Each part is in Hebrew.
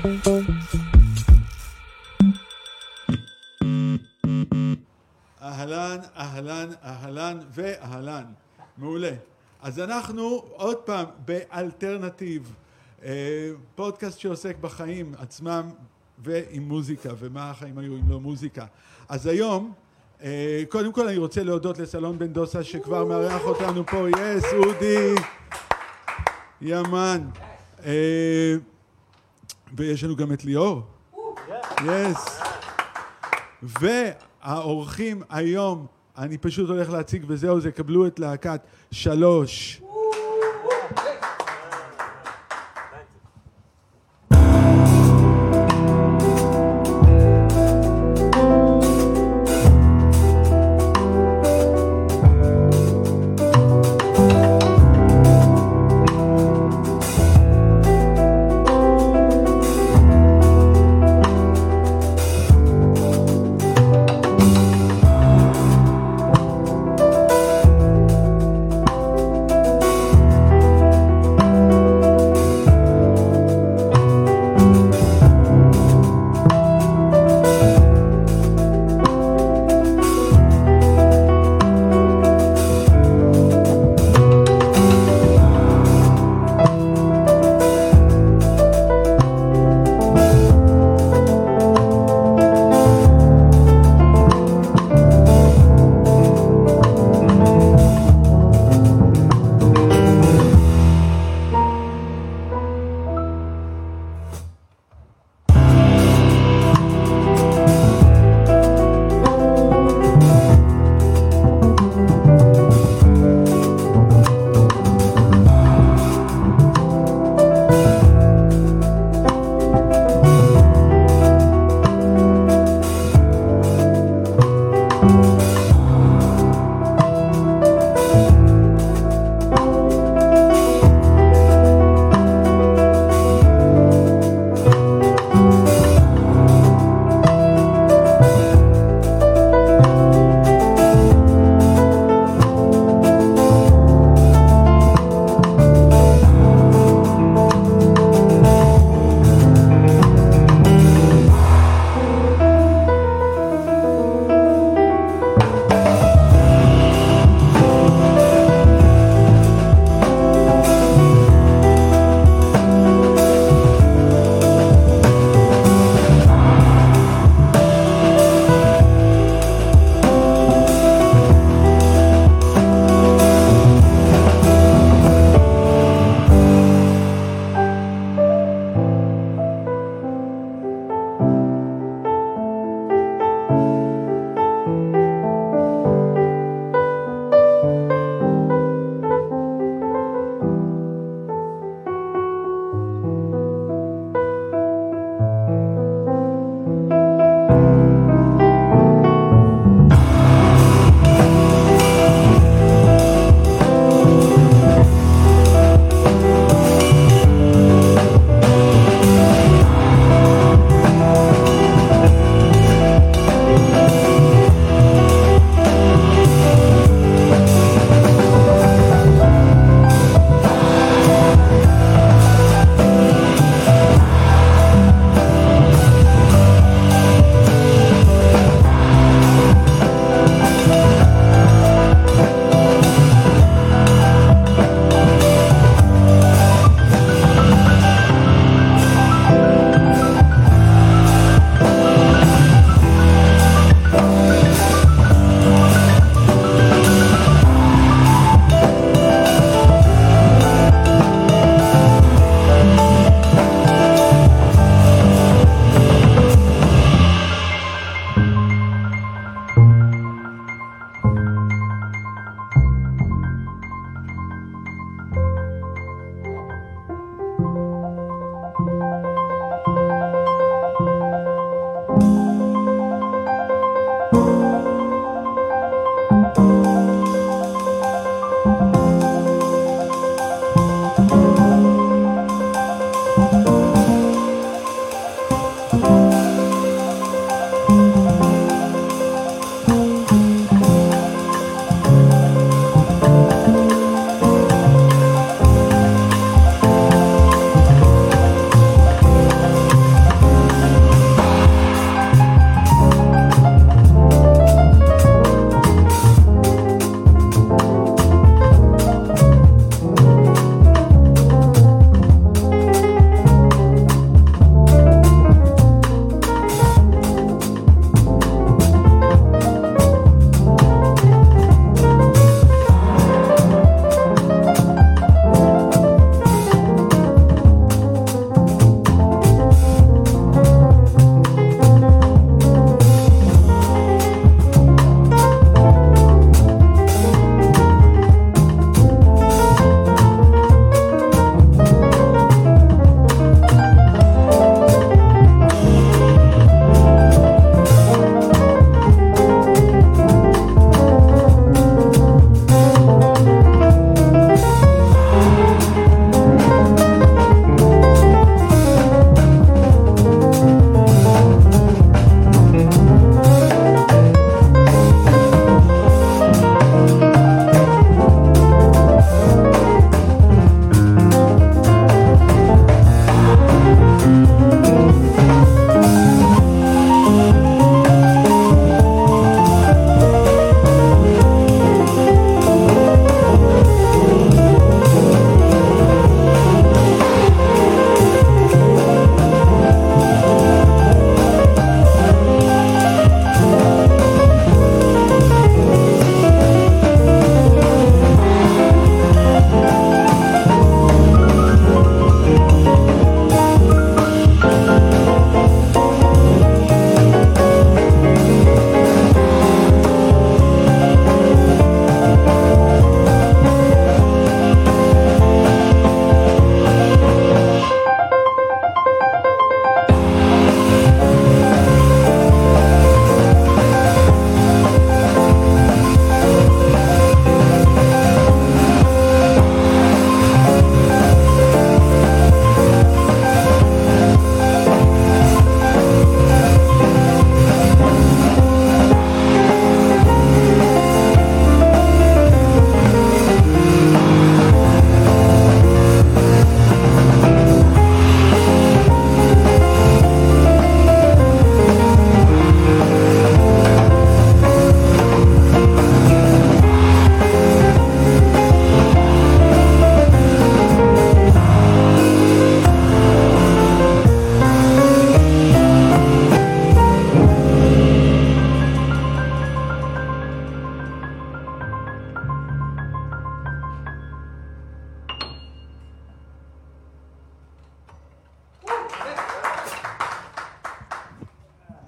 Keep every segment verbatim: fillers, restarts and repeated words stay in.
אהלן, אהלן, אהלן ואהלן. מעולה. אז אנחנו עוד פעם באלטרנטיב, פודקאסט שעוסק בחיים עצמם ועם מוזיקה, ומה החיים היו אם לא מוזיקה. אז היום, קודם כל אני רוצה להודות לסלון בן דוסה שכבר מארח אותנו פה. יס, אודי, ימן. ויש לנו גם את ליאור. יס. והאורחים היום, אני פשוט הולך להציג וזהו, זה קבלו את להקת שלוש.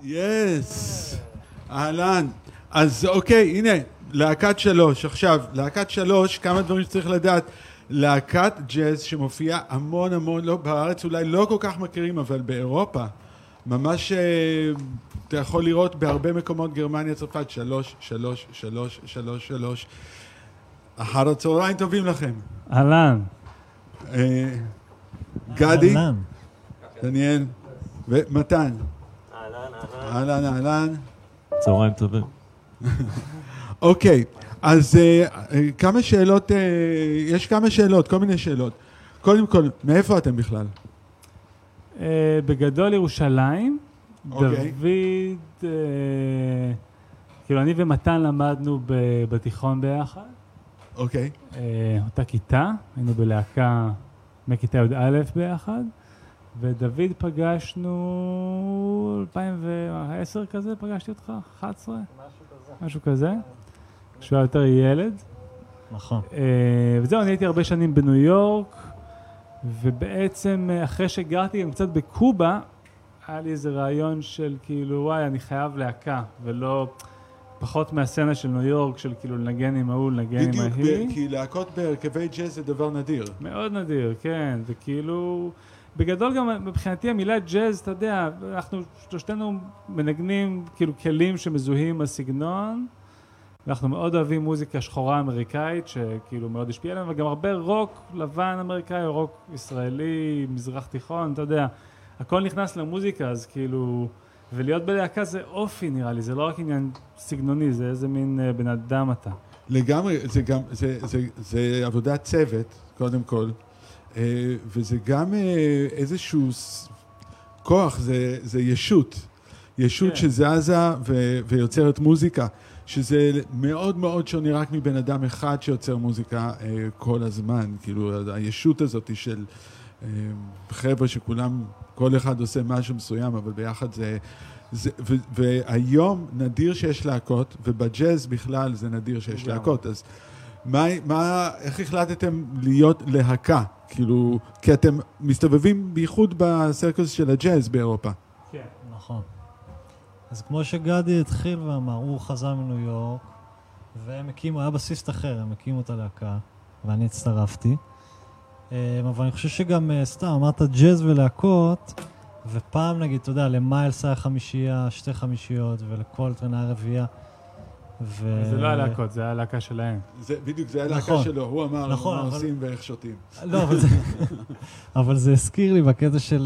יס, אהלן. אז אוקיי, הנה, להקת שלוש. עכשיו, להקת שלוש, כמה דברים שצריך לדעת. להקת ג'אז שמופיעה המון המון, לא, בארץ אולי לא כל כך מכירים, אבל באירופה, ממש אתה יכול לראות בהרבה מקומות, גרמניה, צרפת, שלוש, שלוש, שלוש, שלוש, שלוש. אחר הצהריים טובים לכם. אהלן. גדי, דניאל ומתן. אהלן, אהלן. אהלן, אהלן. צהריים טובים. אוקיי, אז כמה שאלות, יש כמה שאלות, כל מיני שאלות. קודם כל, מאיפה אתם בכלל? בגדול ירושלים. דוד, כאילו אני ומתן למדנו בתיכון ביחד. אוקיי. אותה כיתה, היינו בלהקה מכיתה י' א' ביחד, ודוד פגשנו אלפיים ועשר כזה, פגשתי אותך? אחת עשרה? משהו כזה. משהו כזה, כשהוא היה יותר ילד. נכון. וזהו, אני הייתי הרבה שנים בניו יורק, ובעצם אחרי שגרתי גם קצת בקובה, היה לי איזה רעיון של כאילו, וואי, אני חייב להקה, ולא פחות מהסצנה של ניו יורק, של כאילו לנגן עם ההוא, לנגן עם ההיא. בדיוק, כי להקות בהרכבי ג'אז זה דבר נדיר. מאוד נדיר, כן, וכאילו, בגדול גם מבחינתי המילה ג'אז, אתה יודע, אנחנו שלושתנו מנגנים כאילו כלים שמזוהים הסגנון, ואנחנו מאוד אוהבים מוזיקה שחורה אמריקאית, שכאילו מאוד השפיעה עלינו, וגם הרבה רוק לבן אמריקאי, או רוק ישראלי, מזרח תיכון, אתה יודע, הכל נכנס למוזיקה, אז כאילו, ולהיות בלהקה זה אופי נראה לי, זה לא רק עניין סגנוני, זה איזה מין בן אדם אתה. לגמרי, זה גם, זה, זה, זה עבודת צוות, קודם כל, וזה גם איזשהו כוח, זה, זה ישות, ישות כן. שזזה ו, ויוצרת מוזיקה, שזה מאוד מאוד שונה רק מבן אדם אחד שיוצר מוזיקה כל הזמן, כאילו הישות הזאת של חבר'ה שכולם, כל אחד עושה משהו מסוים, אבל ביחד זה, זה ו, והיום נדיר שיש להקות, ובג'אז בכלל זה נדיר שיש להקות, אז מה, מה, איך החלטתם להיות להקה? כאילו, כי אתם מסתובבים בייחוד בסרקוס של הג'אז באירופה. כן, נכון. אז כמו שגדי התחיל ואמר, הוא חזר מניו יורק, והם הקימו, היה בסיסט אחר, הם הקימו את הלהקה, ואני הצטרפתי. אבל אני חושב שגם סתם, אמרת ג'אז ולהקות, ופעם נגיד, אתה יודע, למיילס היה חמישייה, שתי חמישיות, ולקולטרן היה רביעייה. ו... זה לא היה להקות, זה היה הלהקה שלהם. זה, בדיוק, זה היה להקה נכון. שלו, הוא אמר, נכון, מה אבל... עושים ואיך שותים. לא, אבל זה... אבל זה הזכיר לי בקטע של...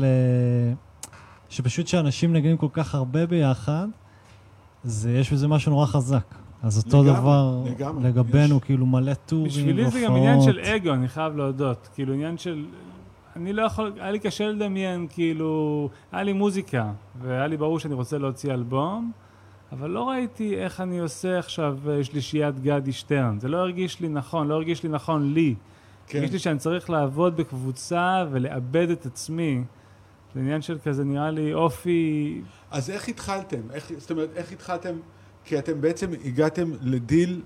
שפשוט שאנשים נגנים כל כך הרבה ביחד, זה, יש בזה משהו נורא חזק. אז אותו לגמרי, דבר לגמרי, לגבינו, יש. כאילו מלא טורים, בשבילי הופעות. זה גם עניין של אגו, אני חייב להודות. כאילו עניין של... אני לא יכול... היה לי קשה לדמיין, כאילו... היה לי מוזיקה, והיה לי ברור שאני רוצה להוציא אלבום, אבל לא ראיתי איך אני עושה עכשיו שלישיית גדי שטרן. זה לא הרגיש לי נכון, לא הרגיש לי נכון לי. כן. הרגיש לי שאני צריך לעבוד בקבוצה ולאבד את עצמי. זה עניין של כזה נראה לי אופי... אז איך התחלתם? איך, זאת אומרת, איך התחלתם? כי אתם בעצם הגעתם לדיל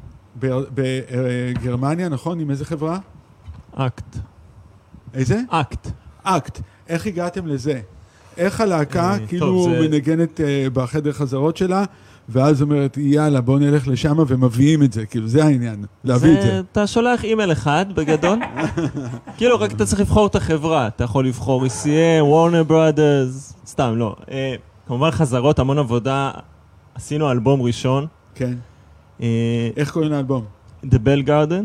בגרמניה, נכון? עם איזה חברה? אקט. איזה? אקט. אקט. איך הגעתם לזה? איך הלהקה כאילו מנגנת בחדר חזרות שלה, ואז אומרת, יאללה, בוא נלך לשם ומביאים את זה, כאילו, זה העניין, להביא את זה. אתה שולח אימייל אחד בגדול, כאילו, רק אתה צריך לבחור את החברה, אתה יכול לבחור E C M, Warner Brothers, סתם, לא. כמובן חזרות, המון עבודה, עשינו אלבום ראשון. כן. איך קוראים לאלבום? The Bell Garden.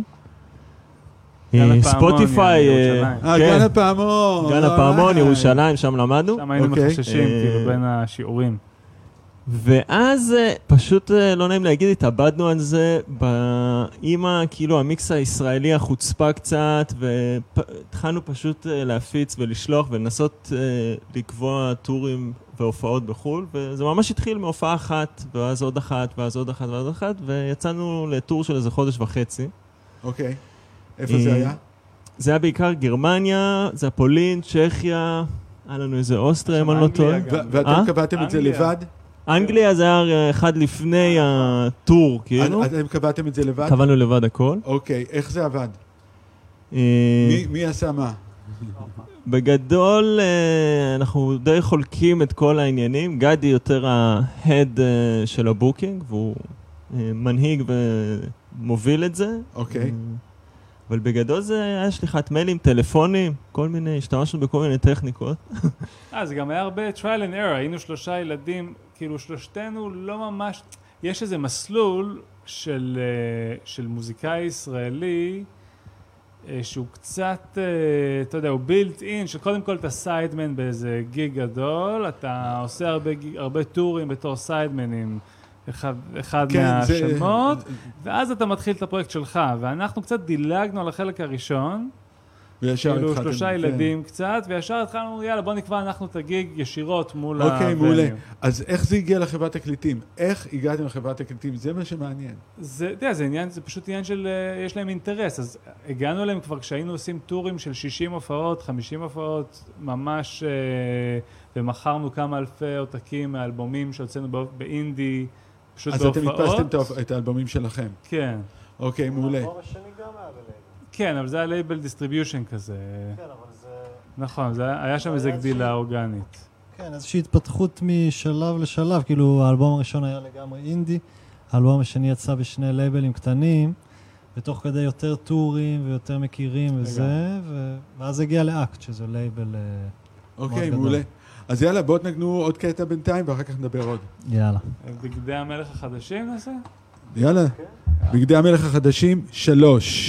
ספוטיפיי. גן הפעמון. גן הפעמון, ירושלים, שם למדנו. שם היינו מחששים, כאילו, בין השיעורים. ואז פשוט לא נעים להגיד, התאבדנו על זה באמא, כאילו המיקס הישראלי החוצפה קצת, והתחלנו פשוט להפיץ ולשלוח ולנסות לקבוע טורים והופעות בחול, וזה ממש התחיל מהופעה אחת, ואז עוד אחת, ואז עוד אחת, ואז עוד אחת, ויצאנו לטור של איזה חודש וחצי. אוקיי. איפה זה היה? זה היה בעיקר גרמניה, זה הפולין, צ'כיה, היה לנו איזה אוסטריה, אם אני לא טועה. ואתם קבעתם את זה לבד? אנגליה זה היה אחד לפני הטור, כאילו. אתם קבעתם את זה לבד? קבענו לבד הכל. אוקיי, איך זה עבד? מי עשה מה? בגדול, אנחנו די חולקים את כל העניינים. גדי יותר ההד של הבוקינג, והוא מנהיג ומוביל את זה. אוקיי. אבל בגדול זה היה שליחת מיילים, טלפונים, כל מיני, השתמשנו בכל מיני טכניקות. אה, זה גם היה הרבה trial and error, היינו שלושה ילדים, כאילו שלושתנו לא ממש, יש איזה מסלול של, של מוזיקאי ישראלי, שהוא קצת, אתה יודע, הוא built in, שקודם כל אתה סיידמן באיזה גיג גדול, אתה עושה הרבה, הרבה טורים בתור סיידמנים, אחד, אחד כן, מהשמות, זה... ואז אתה מתחיל את הפרויקט שלך, ואנחנו קצת דילגנו על החלק הראשון, כאילו שלושה ילדים כן. קצת, וישר התחלנו, יאללה, בוא נקבע אנחנו את הגיג ישירות מול אוקיי, הווניו. מעולה. אז איך זה הגיע לחברת תקליטים? איך הגעתם לחברת תקליטים? זה מה שמעניין. זה, אתה יודע, זה עניין, זה פשוט עניין של, יש להם אינטרס, אז הגענו אליהם כבר כשהיינו עושים טורים של שישים הופעות, חמישים הופעות, ממש, ומכרנו כמה אלפי עותקים מהאלבומים שהוצאנו באינדי, פשוט אז בהופעות. אז אתם הדפסתם את האלבומים שלכם? כן. אוקיי, מעולה. האלבום השני גם היה בלייבל. כן, אבל זה היה לייבל דיסטריביושן כזה. כן, אבל זה... נכון, זה היה שם איזו גדילה אורגנית. כן, איזושהי התפתחות משלב לשלב, כאילו האלבום הראשון היה לגמרי אינדי, האלבום השני יצא בשני לייבלים קטנים, ותוך כדי יותר טורים ויותר מכירים וזה, ואז הגיע לאקט, שזה לייבל מאוד גדול. אוקיי, מעולה. אז יאללה, בואו תנגנו עוד קטע בינתיים, ואחר כך נדבר עוד. יאללה. בגדי המלך החדשים נעשה? יאללה, בגדי המלך החדשים, שלוש.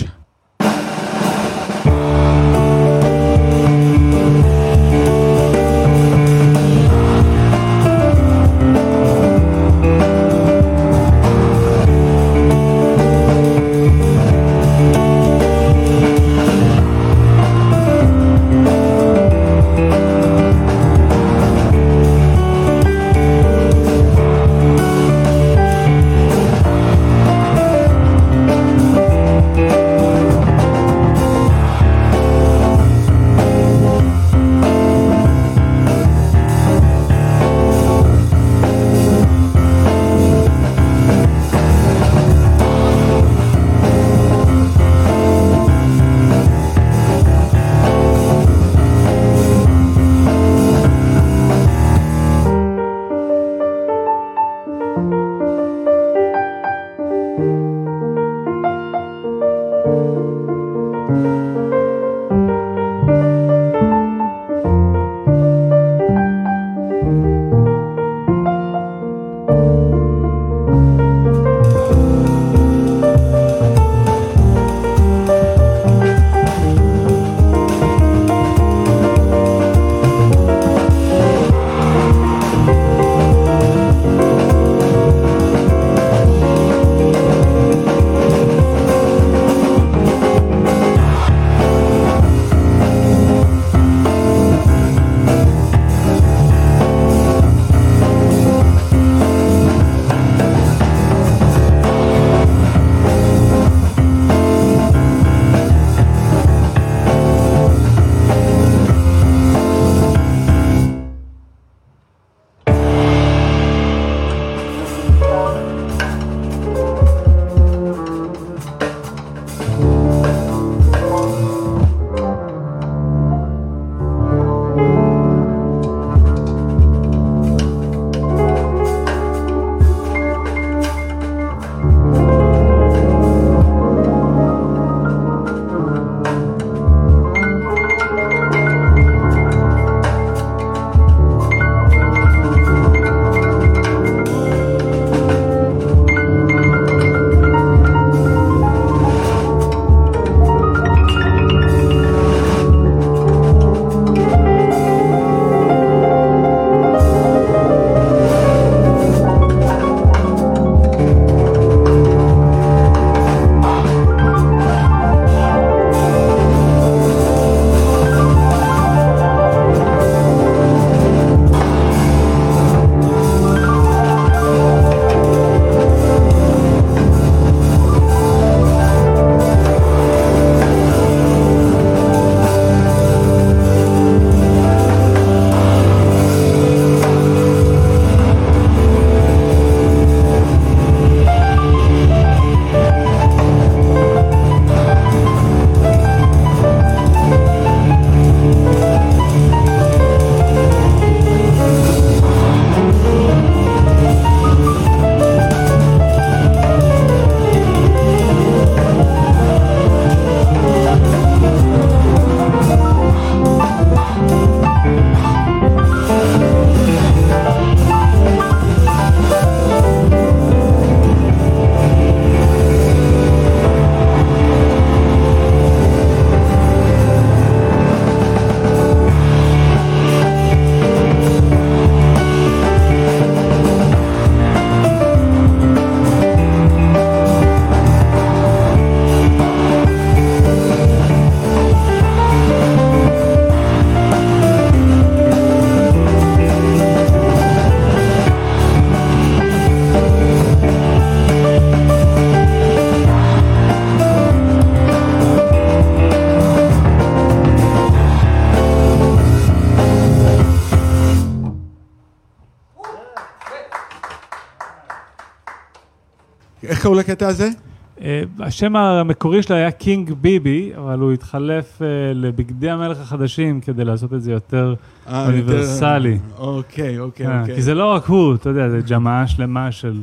איך קראו לקטע הזה? השם המקורי שלו היה קינג ביבי, אבל הוא התחלף לבגדי המלך החדשים כדי לעשות את זה יותר אוניברסלי. אוקיי, אוקיי, אוקיי. כי זה לא רק הוא, אתה יודע, זה ג'מעה שלמה של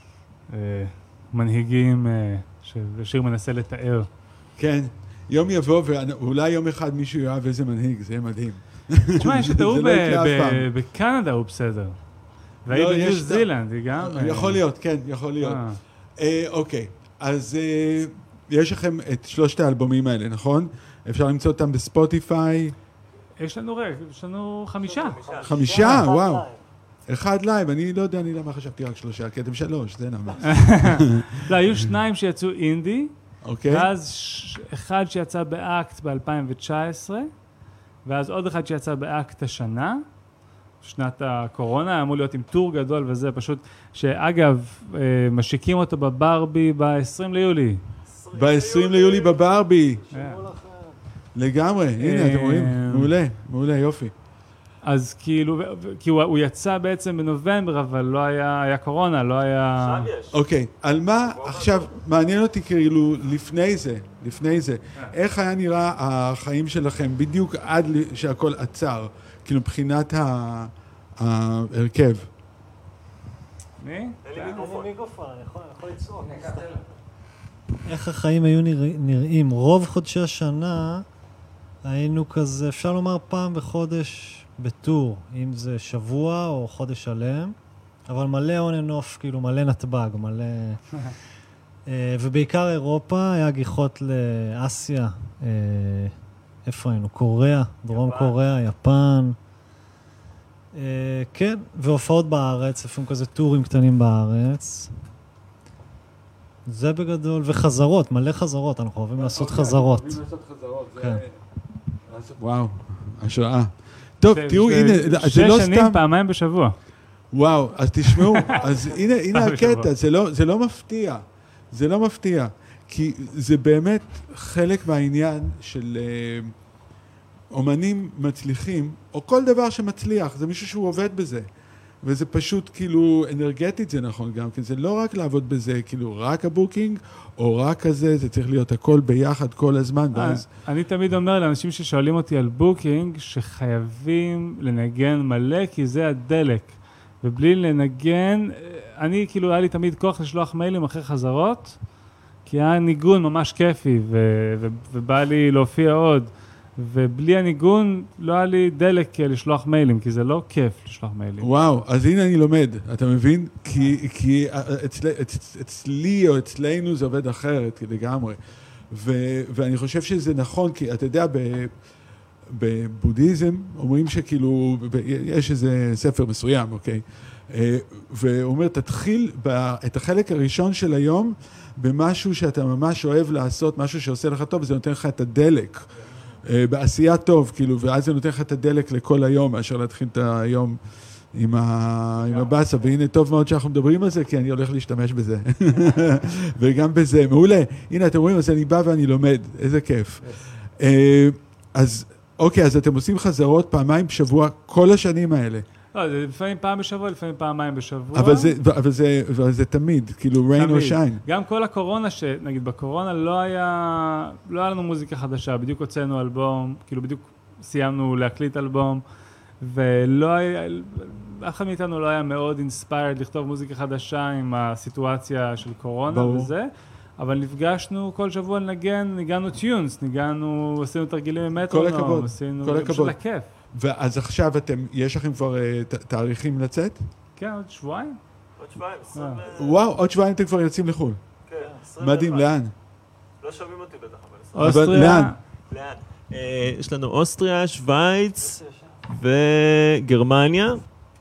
מנהיגים ששיר מנסה לתאר. כן, יום יבוא ואולי יום אחד מישהו יאהב איזה מנהיג, זה יהיה מדהים. תשמע, יש את ההוא בקנדה, הוא בסדר. והיא בניו זילנד, היא גם... יכול להיות, כן, יכול להיות. אוקיי. אז uh, יש לכם את שלושת האלבומים האלה, נכון? אפשר למצוא אותם בספוטיפיי? יש לנו רגע, יש לנו חמישה. חמישה? וואו. אחד לייב, אני לא יודע, אני למה חשבתי רק שלושה, כי אתם שלוש, זה נאמר. לא, היו שניים שיצאו אינדי, אוקיי. ואז אחד שיצא באקט ב-אלפיים תשע עשרה, ואז עוד אחד שיצא באקט השנה, שנת הקורונה, אמור להיות עם טור גדול וזה פשוט, שאגב, משיקים אותו בברבי ב-עשרים ליולי. ב-עשרים ליולי בברבי. לגמרי, הנה, אתם רואים? מעולה, מעולה, יופי. אז כאילו, כי הוא יצא בעצם בנובמבר, אבל לא היה, היה קורונה, לא היה... אוקיי, על מה, עכשיו, מעניין אותי כאילו לפני זה, לפני זה, איך היה נראה החיים שלכם בדיוק עד שהכל עצר? כאילו מבחינת ההרכב. מי? אין לי מיקרופון, אני יכול לצעוק. איך החיים היו נראים? רוב חודשי השנה היינו כזה, אפשר לומר פעם בחודש בטור, אם זה שבוע או חודש שלם, אבל מלא און אנד אוף, כאילו מלא נתב"ג, מלא... ובעיקר אירופה, היה גיחות לאסיה, איפה היינו? קוריאה, דרום קוריאה, יפן. Uh, כן, והופעות בארץ, לפעמים כזה טורים קטנים בארץ. זה בגדול, וחזרות, מלא חזרות, אנחנו אוהבים לעשות חזרות. אוהבים לעשות חזרות, זה... כן. וואו, השראה. טוב, תראו, הנה, זה לא סתם... שש שנים, פעמיים בשבוע. וואו, אז תשמעו, אז הנה הקטע, זה לא מפתיע, זה לא מפתיע, כי זה באמת חלק מהעניין של... אומנים מצליחים, או כל דבר שמצליח, זה מישהו שהוא עובד בזה. וזה פשוט כאילו אנרגטית, זה נכון גם, כי זה לא רק לעבוד בזה, כאילו רק הבוקינג, או רק כזה, זה צריך להיות הכל ביחד כל הזמן, ואז... אני תמיד אומר לאנשים ששואלים אותי על בוקינג, שחייבים לנגן מלא, כי זה הדלק. ובלי לנגן, אני כאילו, היה לי תמיד כוח לשלוח מיילים אחרי חזרות, כי היה ניגון ממש כיפי, ובא לי להופיע עוד. ובלי הניגון לא היה לי דלק לגשלוח מיילים, כי זה לא כיף לשלוח מיילים. וואו, אז הנה אני לומד, אתה מבין? כי, כי אצל, אצ, אצלי או אצלנו זה עובד אחרת לגמרי. ו, ואני חושב שזה נכון, כי אתה יודע, בבודהיזם אומרים שכאילו, יש איזה ספר מסוים, אוקיי? והוא אומר, תתחיל את החלק הראשון של היום במשהו שאתה ממש אוהב לעשות, משהו שעושה לך טוב, וזה נותן לך את הדלק. בעשייה טוב, כאילו, ואז זה נותן לך את הדלק לכל היום, מאשר להתחיל את היום עם, ה... עם הבאסה, והנה טוב מאוד שאנחנו מדברים על זה, כי אני הולך להשתמש בזה. וגם בזה, מעולה. הנה, אתם רואים, אז אני בא ואני לומד, איזה כיף. Yes. אז, אוקיי, אז אתם עושים חזרות פעמיים בשבוע, כל השנים האלה. לא, זה לפעמים פעם בשבוע, לפעמים פעמיים בשבוע. אבל זה, אבל זה, אבל זה תמיד, כאילו, rain or shine. גם כל הקורונה, שנגיד בקורונה לא היה, לא היה לנו מוזיקה חדשה, בדיוק הוצאנו אלבום, כאילו בדיוק סיימנו להקליט אלבום, ולא היה, אף אחד מאיתנו לא היה מאוד inspired לכתוב מוזיקה חדשה עם הסיטואציה של קורונה ברור. וזה, אבל נפגשנו כל שבוע לנגן, ניגענו טיונס, ניגענו, עשינו תרגילים עם מטרונום, עשינו, כל הכבוד. לכיף. ואז עכשיו אתם, יש לכם כבר uh, תאריכים לצאת? כן, עוד שבועיים. עוד שבועיים, עשרים... וואו, עוד שבועיים אתם כבר יוצאים לחו"ל. כן, עשרים... מדהים, לאן? לא שומעים אותי בטח, אבל... אוסטריה. לאן? לאן? יש לנו אוסטריה, שוויץ וגרמניה.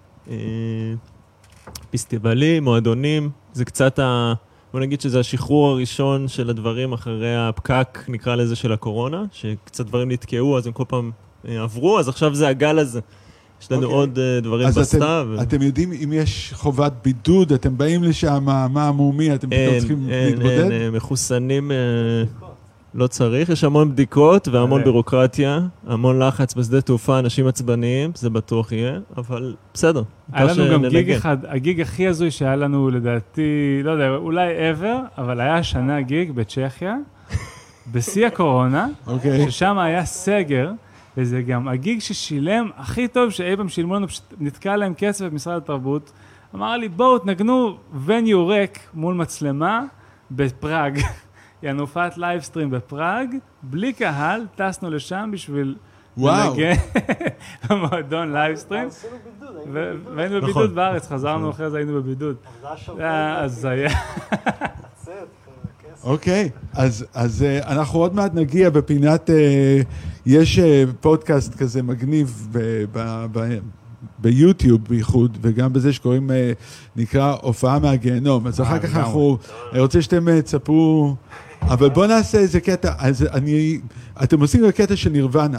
פסטיבלים, מועדונים, זה קצת ה... בוא נגיד שזה השחרור הראשון של הדברים אחרי הפקק, נקרא לזה, של הקורונה, שקצת דברים נתקעו, אז הם כל פעם עברו, אז עכשיו זה הגל הזה. יש לנו okay. עוד uh, דברים בסתיו. ו... אתם יודעים אם יש חובת בידוד, אתם באים לשם, מה המומי, אתם אין, צריכים אין, להתבודד? אין, אין, מחוסנים, לא צריך, יש המון בדיקות והמון אה. בירוקרטיה, המון לחץ בשדה תעופה, אנשים עצבניים, זה בטוח יהיה, אבל בסדר. היה לנו גם גיג שננגן. אחד, הגיג הכי הזוי שהיה לנו לדעתי, לא יודע, אולי ever, אבל היה השנה גיג בצ'כיה, בשיא הקורונה, אוקיי. ששם היה סגר, וזה גם הגיג ששילם הכי טוב שאי פעם שילמו לנו, פשוט נתקע להם כסף במשרד התרבות, אמר לי בואו תנגנו וניו ריק מול מצלמה בפראג. יענו הופעת לייבסטרים בפראג, בלי קהל, טסנו לשם בשביל וואו. לנגן במועדון לייבסטרים, ו- והיינו בבידוד בארץ, חזרנו אחרי זה, היינו בבידוד. אז היה... אוקיי, אז, אז uh, אנחנו עוד מעט נגיע בפינת, uh, יש uh, פודקאסט כזה מגניב ב, ב, ב, ביוטיוב בייחוד, וגם בזה שקוראים, uh, נקרא הופעה מהגיהנום, אז אחר כך אנחנו, אני רוצה שאתם uh, תספרו, אבל בואו נעשה איזה קטע, אז אני, אתם עושים קטע של נירוונה.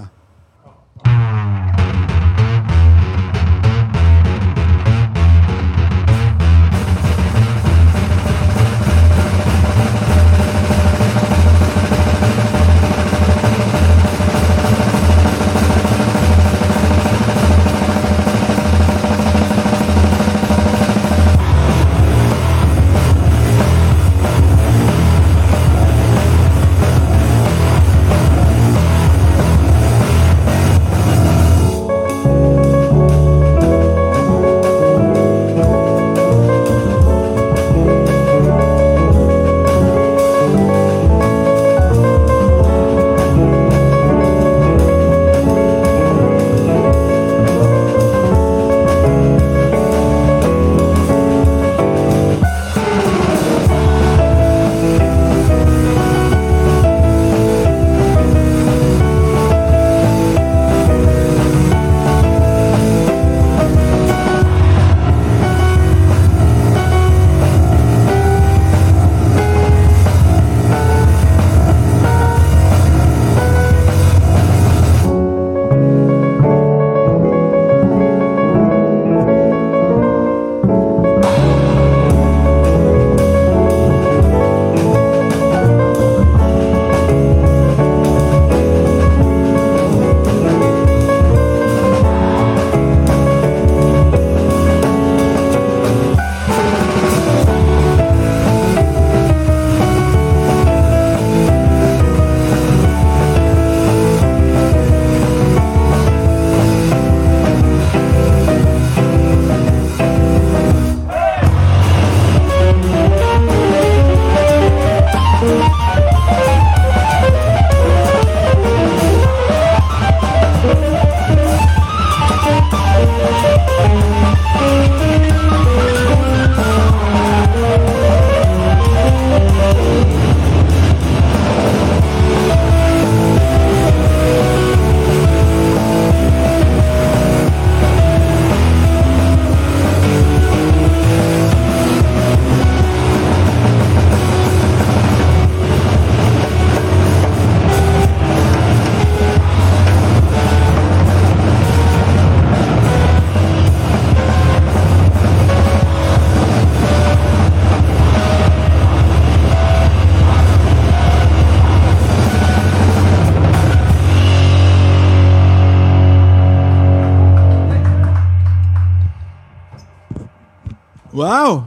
וואו,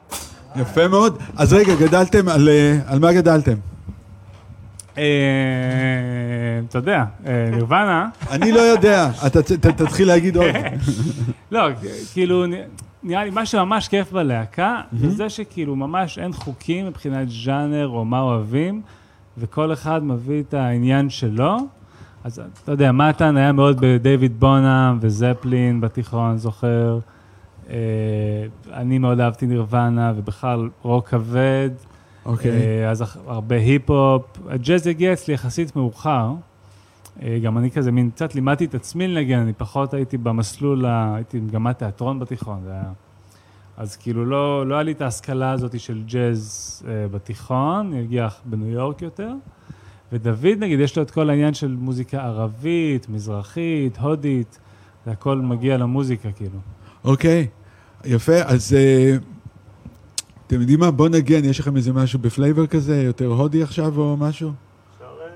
יפה מאוד. אז רגע, גדלתם על, על מה גדלתם? אתה יודע, נירוונה. אני לא יודע, אתה תתחיל להגיד עוד. לא, כאילו, נראה לי מה שממש כיף בלהקה, זה זה שכאילו ממש אין חוקים מבחינת ז'אנר או מה אוהבים, וכל אחד מביא את העניין שלו. אז אתה יודע, מתן היה מאוד בדייוויד בונאם וזפלין בתיכון, זוכר. אני מאוד אהבתי נירוונה, ובכלל רוק כבד. אוקיי. אז הרבה היפ-הופ. הג'אז הגיע אצלי יחסית מאוחר. גם אני כזה מין קצת לימדתי את עצמי לנגן, אני פחות הייתי במסלול, הייתי במגמת תיאטרון בתיכון. זה היה... אז כאילו לא, לא היה לי את ההשכלה הזאת של ג'אז בתיכון, אני הגיע בניו יורק יותר. ודוד נגיד, יש לו את כל העניין של מוזיקה ערבית, מזרחית, הודית, זה הכל מגיע למוזיקה כאילו. אוקיי, יפה, אז אתם יודעים מה? בוא נגן, יש לכם איזה משהו בפלייבר כזה, יותר הודי עכשיו או משהו? אפשר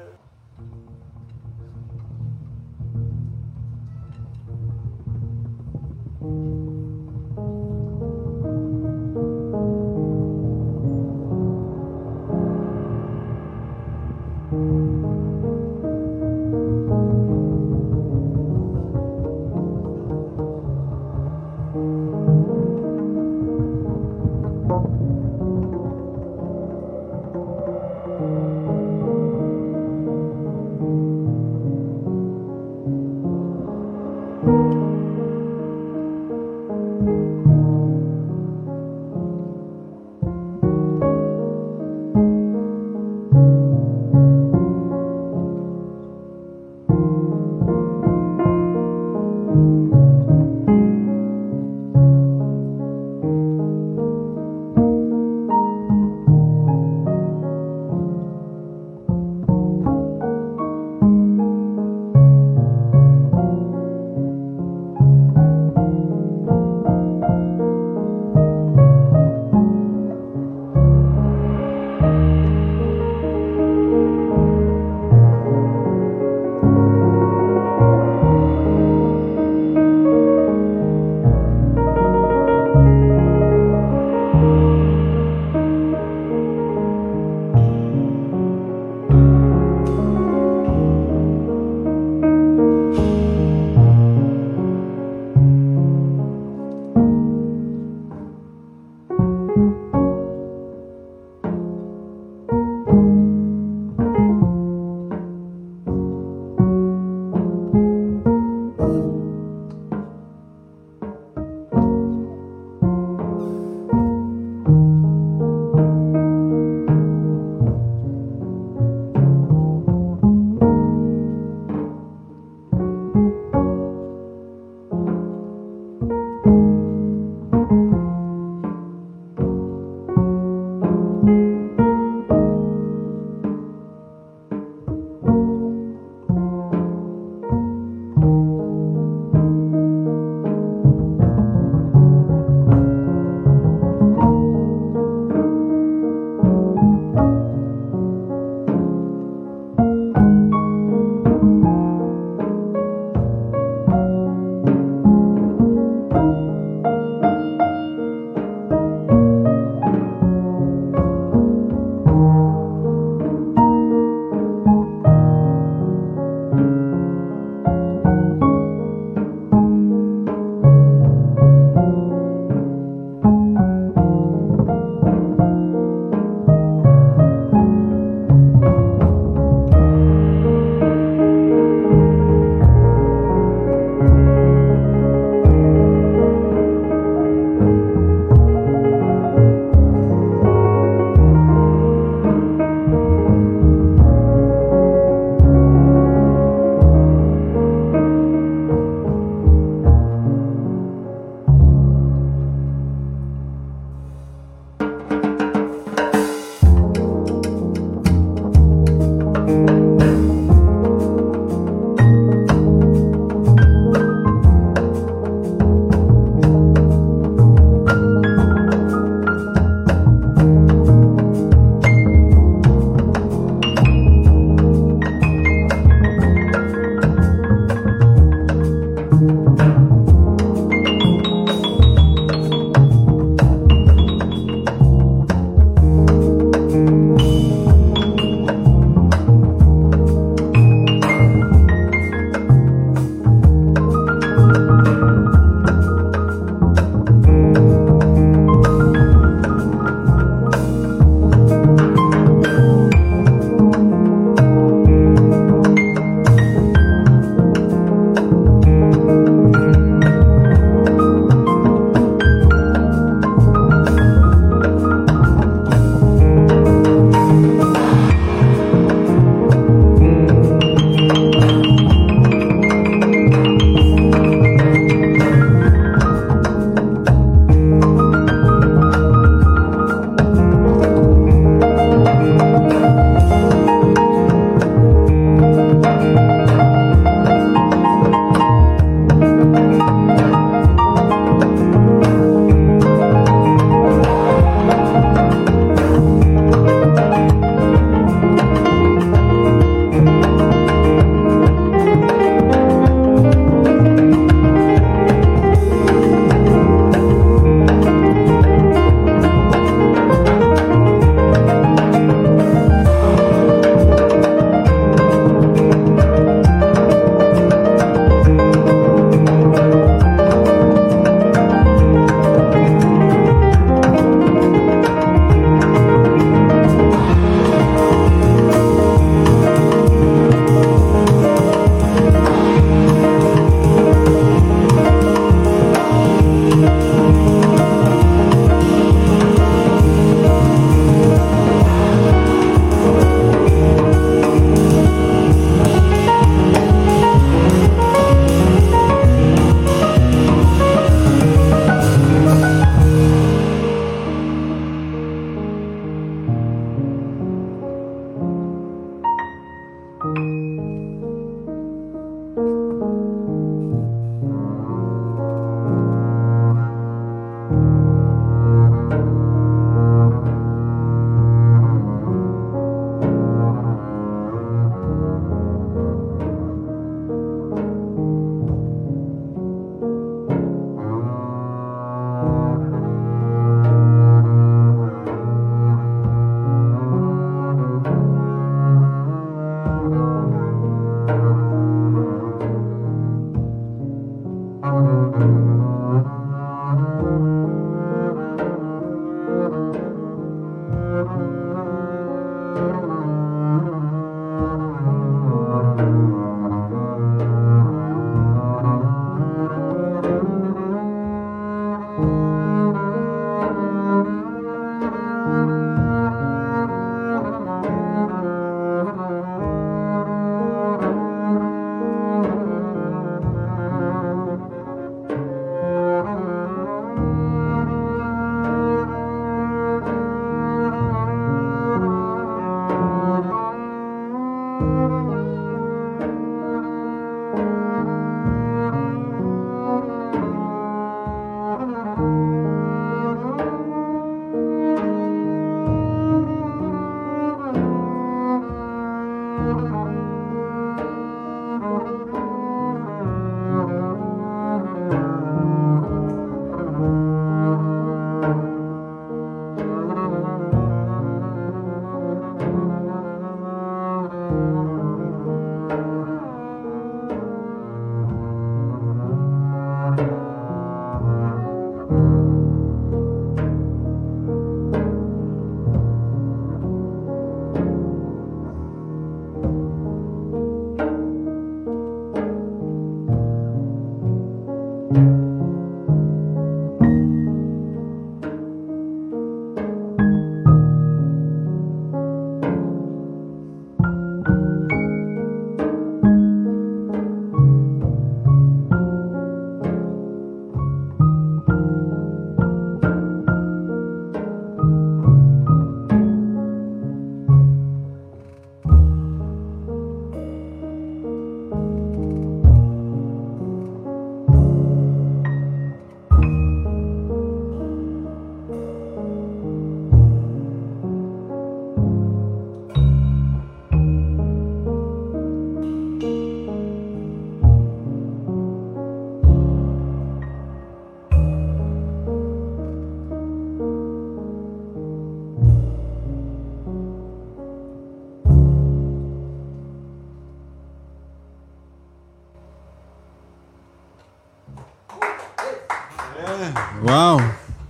וואו,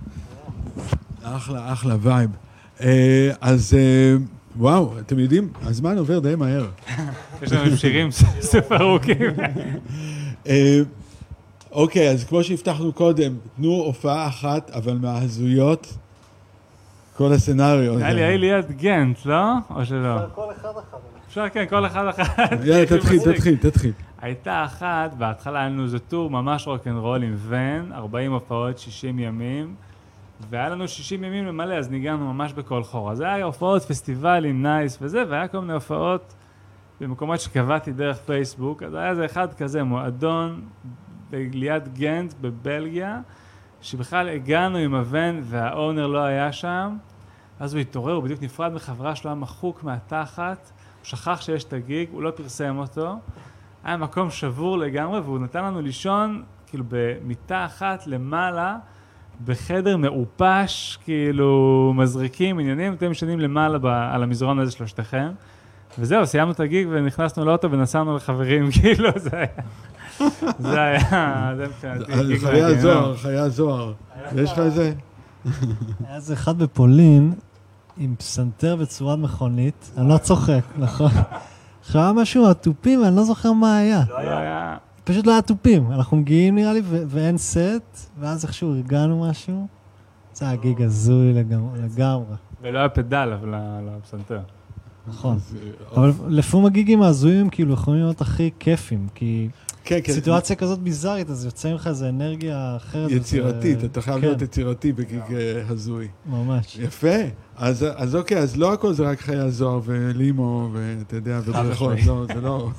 אחלה, אחלה וייב. אה, אז אה, וואו, אתם יודעים, הזמן עובר די מהר. יש לנו שירים סופר ארוכים. אה, אוקיי, אז כמו שהבטחנו קודם, תנו הופעה אחת, אבל מההזויות, כל הסצנריו. היה לי, היה לי ליד גנט, לא? או שלא? כל אחד אחד. אפשר, כן, כל אחד אחת. יאללה, תתחיל, תתחיל, תתחיל. הייתה אחת, בהתחלה היה לנו איזה טור ממש רוק'נ'רול עם ון, ארבעים הופעות, שישים ימים, והיה לנו שישים ימים למלא, אז ניגענו ממש בכל חור. אז היה הופעות, פסטיבלים, נייס וזה, והיה כל מיני הופעות במקומות שקבעתי דרך פייסבוק, אז היה איזה אחד כזה, מועדון ליד גנט בבלגיה, שבכלל הגענו עם הוון והאונר לא היה שם, אז הוא התעורר, הוא בדיוק נפרד מחברה שלו, היה מחוק מהתחת, הוא שכח שיש את הגיג, הוא לא פרסם אותו, היה מקום שבור לגמרי, והוא נתן לנו לישון, כאילו, במיטה אחת למעלה, בחדר מעופש, כאילו, מזריקים, עניינים, אתם משנים למעלה ב- על המזרון הזה שלושתכם, וזהו, סיימנו את הגיג ונכנסנו לאוטו ונסענו לחברים, כאילו, זה היה, זה היה, זה מבחינתי. חיי הזוהר, חיי הזוהר. יש לך איזה? היה איזה אחד בפולין, עם פסנתר בצורת מכונית, אני לא צוחק, נכון? עכשיו היה משהו מהטופים, ואני לא זוכר מה היה. לא היה. פשוט לא היה טופים. אנחנו מגיעים נראה לי, ו- ואין סט, ואז איכשהו הרגענו משהו. זה היה גיג הזוי לגמרי. ולא היה פדל, אבל לפסנתר. נכון. אבל לפעמים הגיגים ההזויים, כאילו, יכולים להיות הכי כיפים, כי כן, כן. סיטואציה כזאת ביזארית, אז יוצא ממך איזו אנרגיה אחרת. יצירתית, אתה חייב להיות כן. יצירתי בגיג אה, הזוי. ממש. יפה. אז, אז אוקיי, אז לא הכל זה רק חיי הזוהר ולימו, ואתה יודע, ובריכות, לא, זה לא...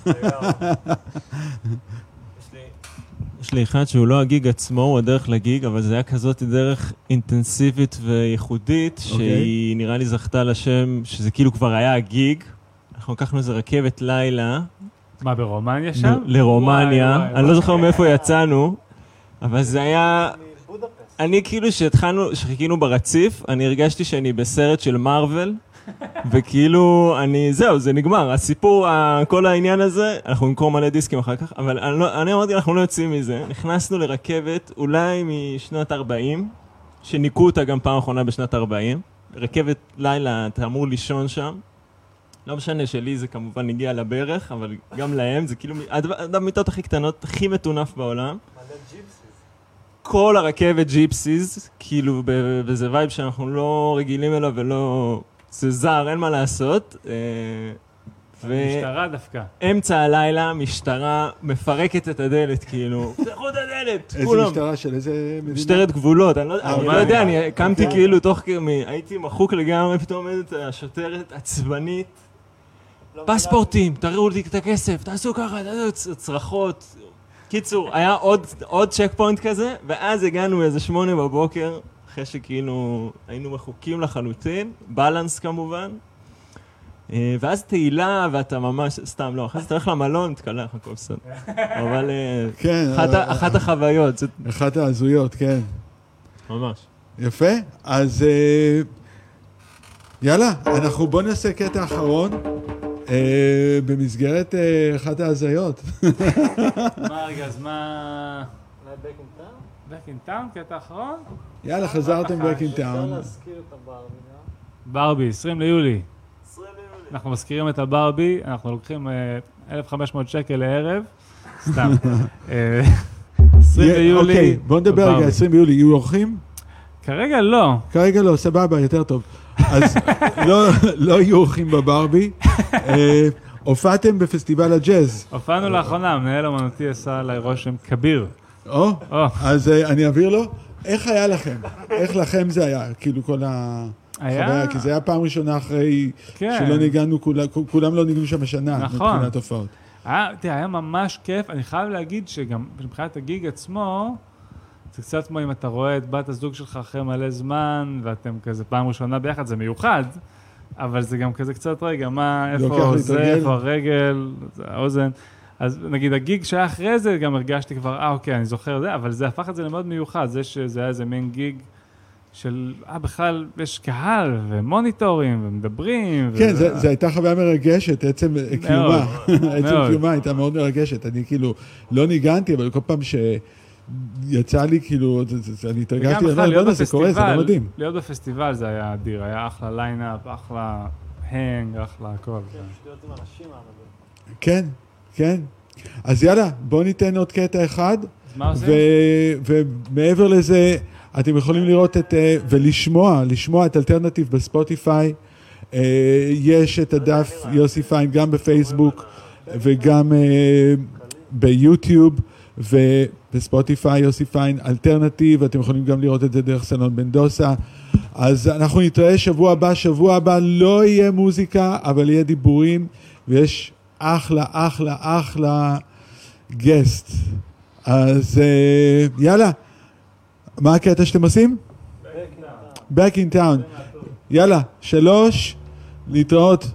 יש לי אחד שהוא לא הגיג עצמו, הוא הדרך לגיג, אבל זה היה כזאת דרך אינטנסיבית וייחודית, שהיא נראה לי זכתה לשם, שזה כאילו כבר היה הגיג. אנחנו לקחנו איזה רכבת לילה. מה, ברומניה שם? לרומניה. אני לא זוכר מאיפה יצאנו, אבל זה היה... אני כאילו שהתחלנו, שחיכינו ברציף, אני הרגשתי שאני בסרט של מארוול, וכאילו, אני, זהו, זה נגמר. הסיפור, כל העניין הזה, אנחנו נמכור מלא דיסקים אחר כך, אבל אני, לא, אני אמרתי, אנחנו לא יוצאים מזה. נכנסנו לרכבת, אולי משנת ארבעים, שניקו אותה גם פעם אחרונה בשנת ארבעים. רכבת לילה, אתה אמור לישון שם. לא משנה שלי זה כמובן הגיע לברך, אבל גם להם, זה כאילו, עד המיטות הכי קטנות, הכי מטונף בעולם. כל הרכבת ג'יפסיז, כאילו, וזה וייב שאנחנו לא רגילים אליו ולא... זה זר, אין מה לעשות. משטרה דווקא. אמצע הלילה, משטרה מפרקת את הדלת, כאילו, תפתחו את הדלת, איזה כולם. משטרה של איזה מדינה? משטרת גבולות, אני לא יודע, אני קמתי כאילו תוך כמי, הייתי מחוק לגמרי, פתאום עומדת השוטרת עצבנית. פספורטים, תראו לי את הכסף, תעשו ככה, תעשו צרחות. קיצור, היה עוד צ'ק פוינט כזה, ואז הגענו איזה שמונה בבוקר, אחרי שכאילו היינו מחוקים לחלוטין, בלנס כמובן, ואז תהילה ואתה ממש, סתם לא, אחרי זה אתה הולך למלון, תקלח, הכל בסדר. אבל אחת החוויות. אחת ההזויות, כן. ממש. יפה, אז יאללה, אנחנו בוא נעשה קטע אחרון. במסגרת אחת ההזיות. מה רגע, אז מה... Back in Town? Back in Town, קטע אחרון? יאללה, חזרתם Back in Town. אפשר להזכיר את הברבי. ברבי, עשרים ליולי. אנחנו מזכירים את הברבי, אנחנו לוקחים אלף וחמש מאות שקל לערב. סתם. עשרים ביולי. אוקיי, בוא נדבר רגע, בברבי. עשרים ביולי, יהיו אורחים? כרגע לא. כרגע לא, סבבה, יותר טוב. אז לא, לא יהיו אורחים בברבי. אה, הופעתם בפסטיבל הג'אז. הופענו לאחרונה, המנהל אמנותי עשה עליי רושם כביר. או, או. אז אה, אני אעביר לו. איך היה לכם? איך לכם זה היה? כאילו כל היה- החוויה, כי זה היה פעם ראשונה אחרי כן. שלא ניגענו, כולם, כולם לא ניגענו שם השנה, נכון. מבחינת הופעות. היה, תראה, היה ממש כיף. אני חייב להגיד שגם מבחינת הגיג עצמו, זה קצת כמו אם אתה רואה את בת הזוג שלך אחרי מלא זמן, ואתם כזה פעם ראשונה ביחד, זה מיוחד, אבל זה גם כזה קצת רגע, מה, לוקח איפה לי את זה, הרגל. איפה הרגל, זה האוזן. אז נגיד הגיג שהיה אחרי זה, גם הרגשתי כבר, אה אוקיי, אני זוכר זה, אבל זה הפך את זה למאוד מיוחד, זה שזה היה איזה מין גיג של, אה בכלל, יש קהל ומוניטורים ומדברים. כן, וזה- זה- זו הייתה חוויה מרגשת, עצם קיומה. עצם מאוד. קיומה הייתה מאוד מרגשת. אני כאילו לא ניגנתי, אבל כל פעם שיצא לי, כאילו, זה- זה- זה- אני וגם התרגשתי, בכלל, לא להיות יודע, זה קורה, זה לא בפסטיבל- מדהים. להיות בפסטיבל זה היה אדיר, היה אחלה ליינאפ, אחלה הנג, אחלה הכל. להיות עם אנשים מהמדהים. כן, כן. אז יאללה, בואו ניתן עוד קטע אחד, אז מה עושים? ו- ומעבר לזה, אתם יכולים לראות את, אה, ולשמוע, לשמוע את אלטרנטיב בספוטיפיי. אה, יש את הדף יוסי פיין גם בפייסבוק וגם אה, ביוטיוב, ובספוטיפיי יוסי פיין אלטרנטיב, אתם יכולים גם לראות את זה דרך סלון בנדוסה. אז אנחנו נתראה שבוע הבא, שבוע הבא לא יהיה מוזיקה, אבל יהיה דיבורים, ויש אחלה, אחלה, אחלה גסט. אז אה, יאללה, מה הקטע שאתם עושים? Back in town. יאללה, שלוש, להתראות.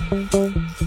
ביי.